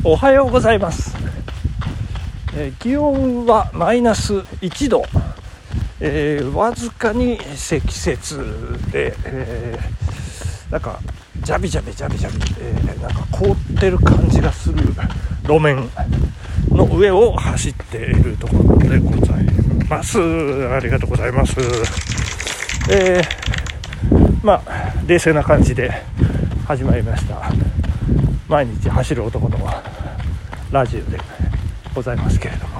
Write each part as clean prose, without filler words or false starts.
おはようございます。気温はマイナス1度、わずかに積雪で、なんかジャビジャビ、なんか凍ってる感じがする路面の上を走っているところでございます。ありがとうございます。冷静な感じで始まりました毎日走る男のラジオでございますけれども、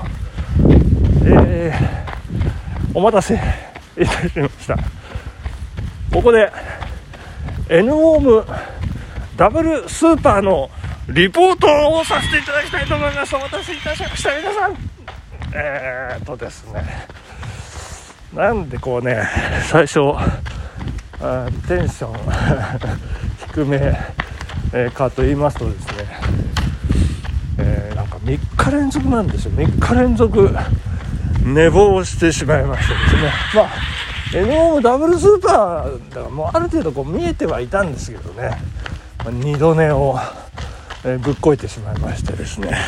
お待たせいたしました。ここで N オームダブルスーパーのリポートをさせていただきたいと思います。お待たせいたしました。皆さんですね、なんでこうね、最初テンション低めかと言いますとですね、なんか3日連続なんですよ。3日連続寝坊してしまいましてですね、N オームダブルスーパーだからもうある程度こう見えてはいたんですけどね、2度寝をぶっこいてしまいましてですね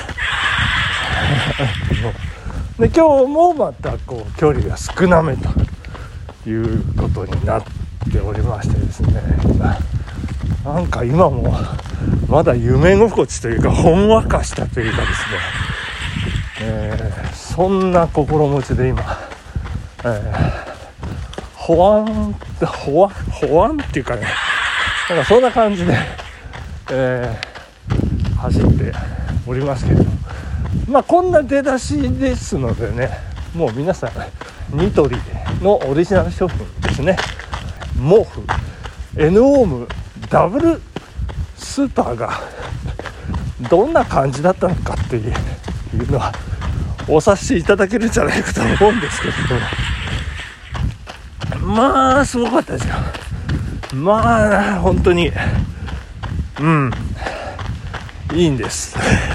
で今日もまたこう距離が少なめということになっておりましてですね、なんか今もまだ夢心地というかほんわかしたというかですね、そんな心持ちで今、ほわんっていうかね、なんかそんな感じで、走っておりますけれども、こんな出だしですのでね、もう皆さんニトリのオリジナル商品ですね、毛布 N オームダブルスーパーがどんな感じだったのかっていうのはお察しいただけるんじゃないかと思うんですけれど、すごかったですよ。本当にいいんです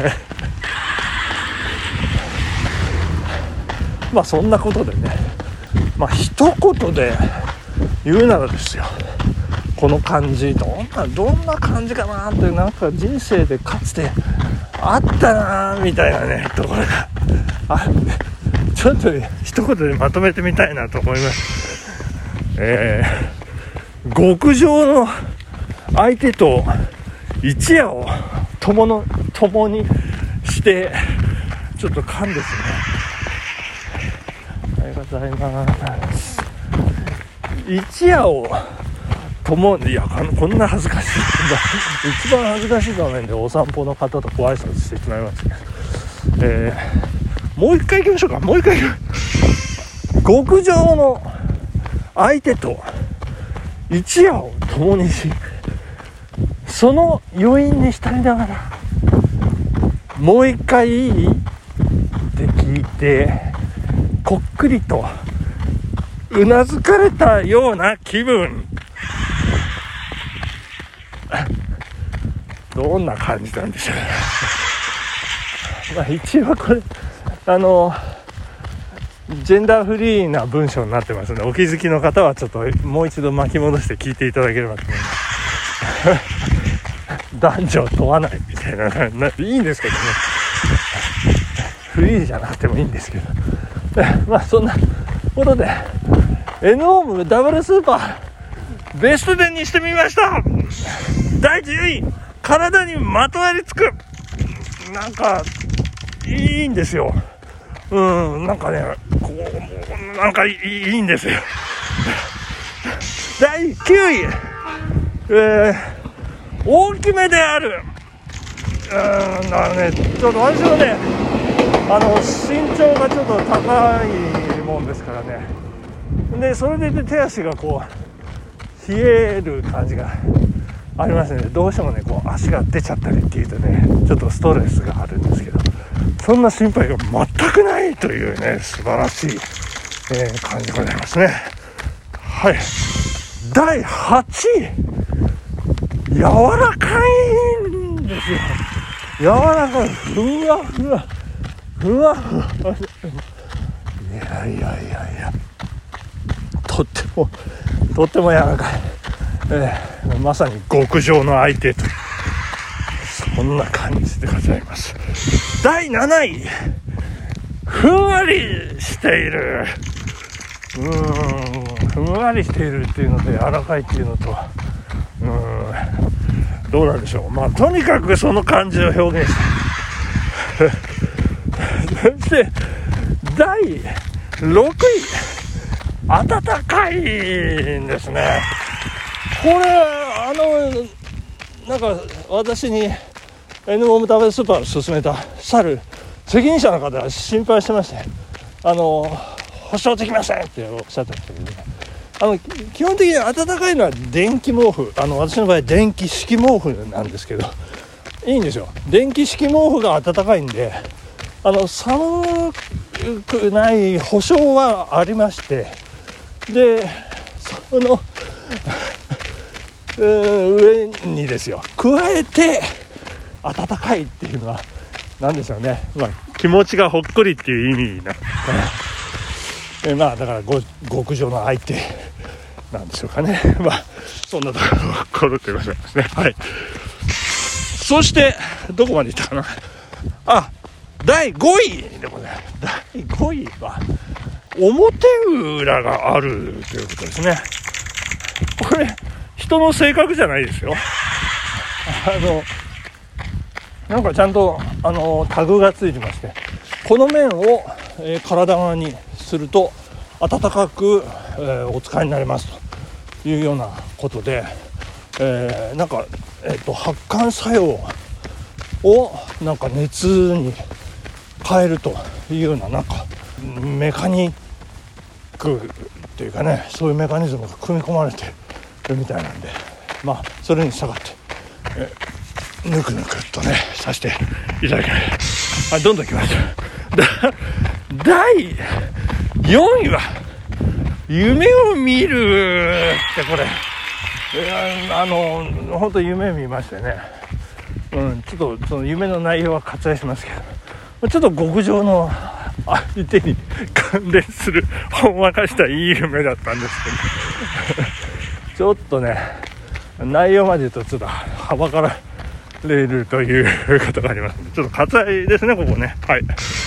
そんなことでね、一言で言うならですよ、この感じどんな感じかなって、なんか人生でかつてあったなみたいなねところがあるんで、ちょっとね一言でまとめてみたいなと思います。極上の相手と一夜を共にしてちょっと噛んですね。ありがとうございます。一夜を共に、こんな恥ずかしい一番恥ずかしい場面でお散歩の方とご挨拶してしまいますね。もう一回行きましょうか。極上の相手と一夜を共にし、その余韻に浸りながらもう一回いいって聞いてこっくりとうなずかれたような気分どんな感じなんでしょうね一応これジェンダーフリーな文章になってますので、お気づきの方はちょっともう一度巻き戻して聞いていただければと思います男女問わないみたいないいんですけどね、フリーじゃなくてもいいんですけどそんなことで N オームダブルスーパーベスト10にしてみました。第10位、体にまとわりつく、なんかいいんですよ。なんかね、なんかいいんですよ。第9位、大きめである。ちょっと私はね、身長がちょっと高いもんですからね。で、それで手足がこう冷える感じがありますね。どうしてもね、こう足が出ちゃったりっていうとね、ちょっとストレスがあるんですけど、そんな心配が全くないというね、素晴らしい、感じでございますね。はい。第8位、柔らかいんですよ。柔らかい、ふわふわ。いや、とっても柔らかい。まさに極上の相手と、そんな感じでございます。第7位、ふんわりしている。ふんわりしているっていうのと柔らかいっていうのと、どうなんでしょう。まあとにかくその感じを表現してそして第6位、暖かいんですね。これなんか私に NOMW スーパーを勧めた責任者の方が心配してまして、保証できませんっておっしゃってましたけどね。基本的に暖かいのは電気毛布、私の場合電気式毛布なんですけど、いいんですよ。電気式毛布が暖かいんで、寒くない保証はありまして、でその上にですよ、加えて暖かいっていうのは何でしょうね、気持ちがほっこりっていう意味なんですかね。だから極上の相手なんでしょうかね。そんなところでございますね。はい。そしてどこまでいったかな。第5位でございます。第5位は表裏があるということですね。これ人の性格じゃないですよ。なんかちゃんとタグがついてまして、この面を、体側にすると暖かく、お使いになれますというようなことで、なんか、発汗作用をなんか熱に変えるというような、なんかメカニックっていうかね、そういうメカニズムが組み込まれてるみたいなんで、それに従って、ぬくぬくっとねさせていただきます。どんどんいきます。第4位は夢を見るって、これ本当夢見ましてね、ちょっとその夢の内容は割愛しますけど、ちょっと極上の相手に関連するほんわかしたいい夢だったんですけどちょっとね内容まで言うとちょっとはばかられるということがありますので、ちょっと割愛ですね、ここね。はい。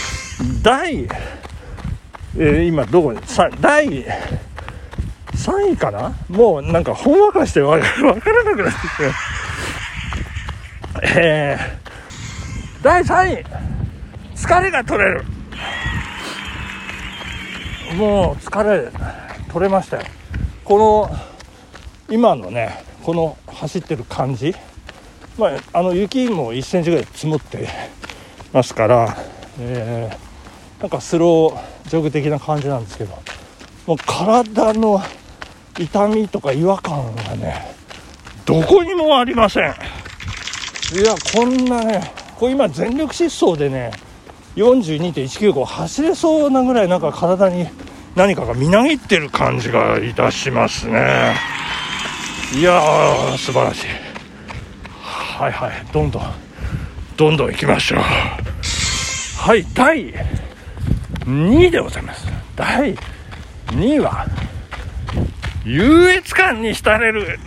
今どこに第3位かな。もうなんかほんわかしてわからなくなってきて、第3位、疲れが取れる。もう疲れ取れましたよ。この今のね、この走ってる感じ、雪も1センチぐらい積もってますから、なんかスロージョグ的な感じなんですけど、もう体の痛みとか違和感がねどこにもありません。いや、こんなね、これ今全力疾走でね 42.195 走れそうなぐらい、なんか体に何かがみなぎってる感じがいたしますね。いやー、素晴らしい。はいはい、どんどん行きましょう。はい、第2位でございます。第2位は優越感に浸れる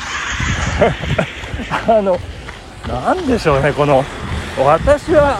なんでしょうね、この私は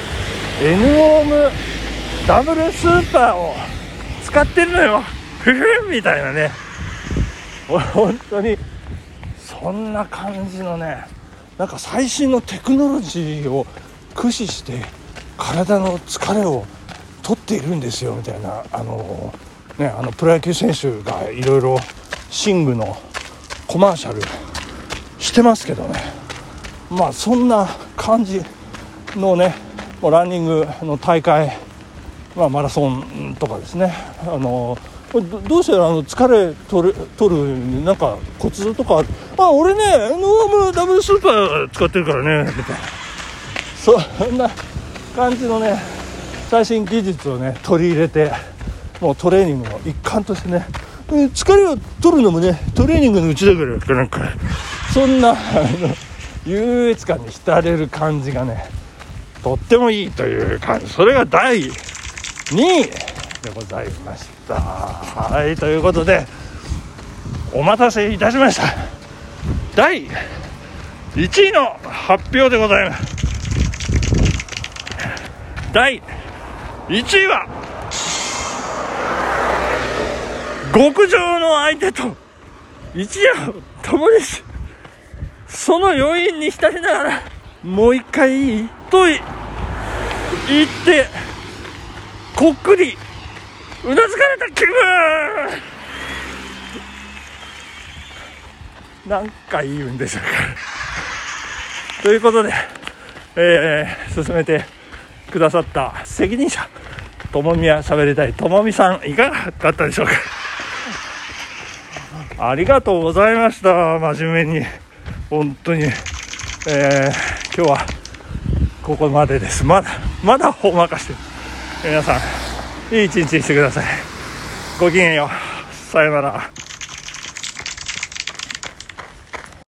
NOMW スーパーを使ってるのよふふみたいなね、本当にそんな感じのね、なんか最新のテクノロジーを駆使して体の疲れを取っているんですよみたいな、プロ野球選手がいろいろ寝具のコマーシャルしてますけどね、そんな感じのね、ランニングの大会、マラソンとかですね、どうして疲れ取るなんかコツとか、俺ね NOMW スーパー使ってるからねみたいな、そんな感じのね最新技術をね取り入れて、もうトレーニングの一環としてね、疲れを取るのもねトレーニングのうちだからなんか、そんな優越感に浸れる感じがねとってもいいという感じ、それが第2位でございました。はい、ということでお待たせいたしました。第 1位の発表でございます。第1位は極上の相手と一夜を共にし、その余韻に浸りながらもう一回いいと言ってこっくりうなずかれた気分。何回言うんでしょうか。ということで、進めてくださった責任者ともみは喋りたいともみさん、いかがだったでしょうか。ありがとうございました。真面目に本当に、今日はここまでです。まだほんまかしてる。皆さんいい一日にしてください。ごきげんよう。さよなら。